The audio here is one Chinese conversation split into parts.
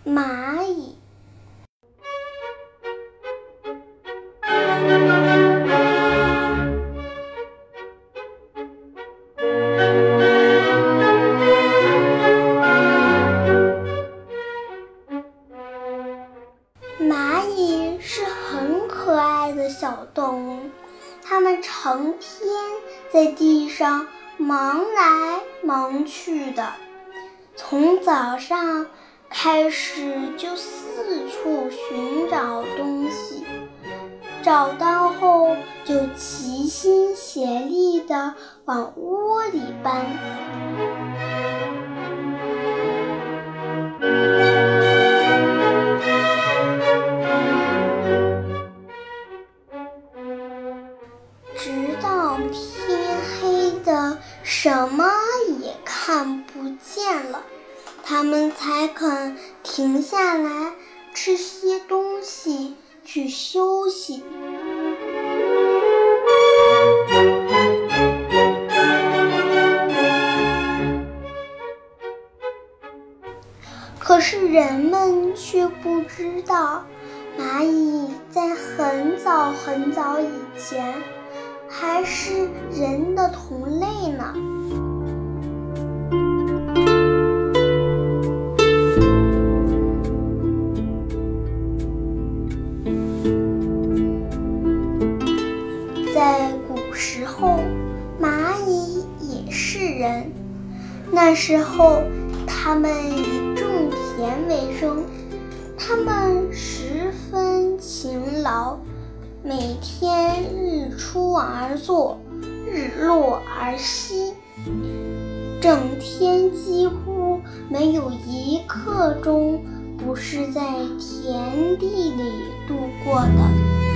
蚂蚁。蚂蚁是很可爱的小动物，它们成天在地上忙来忙去的，从早上开始就四处寻找东西，找到后就齐心协力地往窝里搬。直到天黑的什么也看不见了，它们才肯停下来吃些东西去休息。可是人们却不知道，蚂蚁在很早很早以前还是人的同类呢。在古时候，蚂蚁也是人，那时候它们以种田为生，它们十分勤劳，每天日出而作，日落而息，整天几乎没有一刻钟不是在田地里度过的。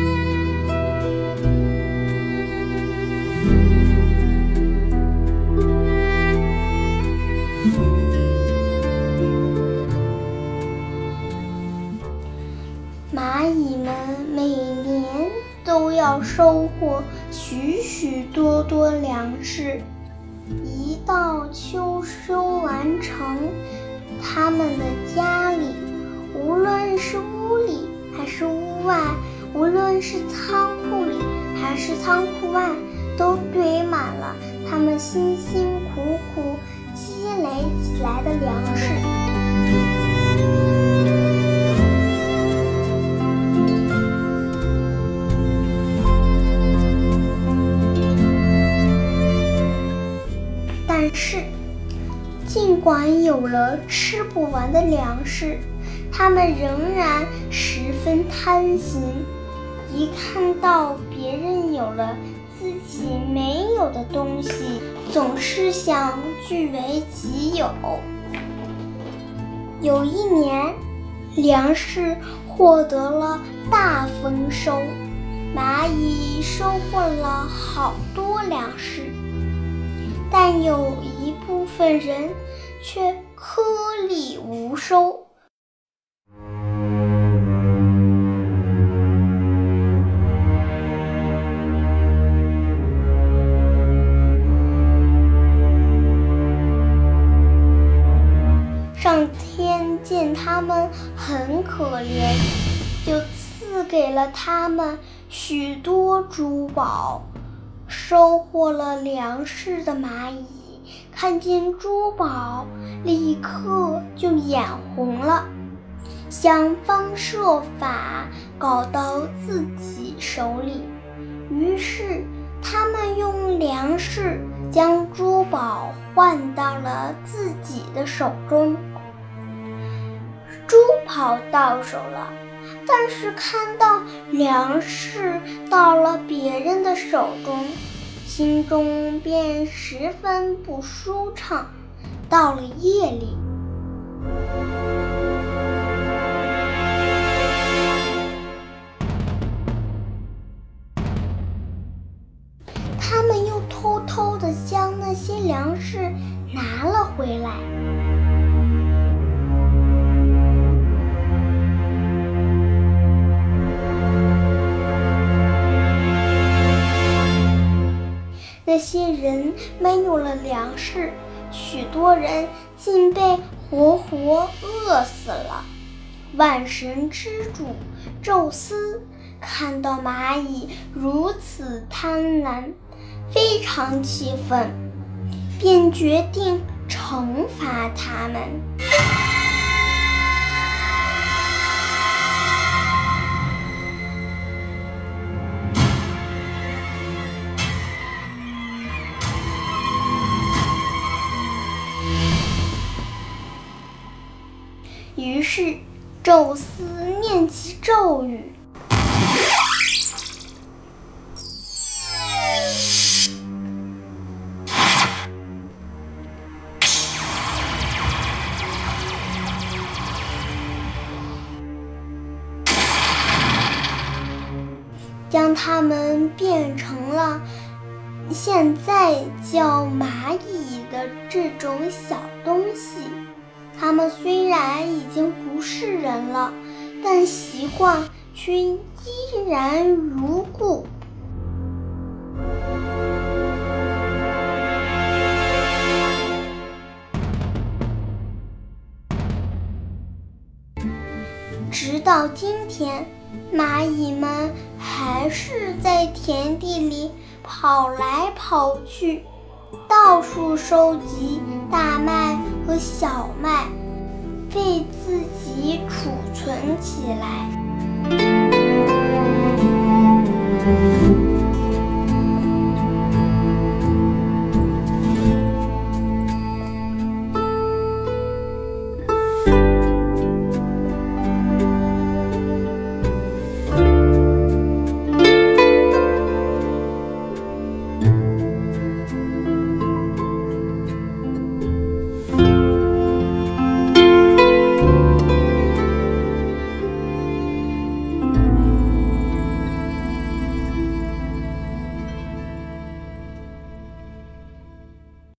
蚂蚁们每年都要收获许许多多粮食，一到秋收完成，它们的家里，无论是屋里还是屋外，无论是仓库里还是仓库外，都堆满了它们辛辛苦苦积累起来的粮食。但是，尽管有了吃不完的粮食，它们仍然十分贪心，一看到别人有了自己没有的东西，总是想据为己有。有一年，粮食获得了大丰收，蚂蚁收获了好多粮食，但有一部分人却颗粒无收。上天见他们很可怜，就赐给了他们许多珠宝。收获了粮食的蚂蚁看见珠宝，立刻就眼红了，想方设法搞到自己手里。于是他们用粮食将珠宝换到了自己的手中。珠宝到手了，但是看到粮食到了别人的手中，心中便十分不舒畅。到了夜里，他们又偷偷地将那些粮食拿了回来。那些人没有了粮食，许多人竟被活活饿死了。 万神之主宙斯看到蚂蚁如此贪婪，非常气愤，便决定惩罚它们。于是宙斯念起咒语，将它们变成了现在叫蚂蚁的这种小东西。它们虽然已经不是人了，但习惯却依然如故。直到今天，蚂蚁们还是在田地里跑来跑去，到处收集大麦和小麦，为自己储存起来。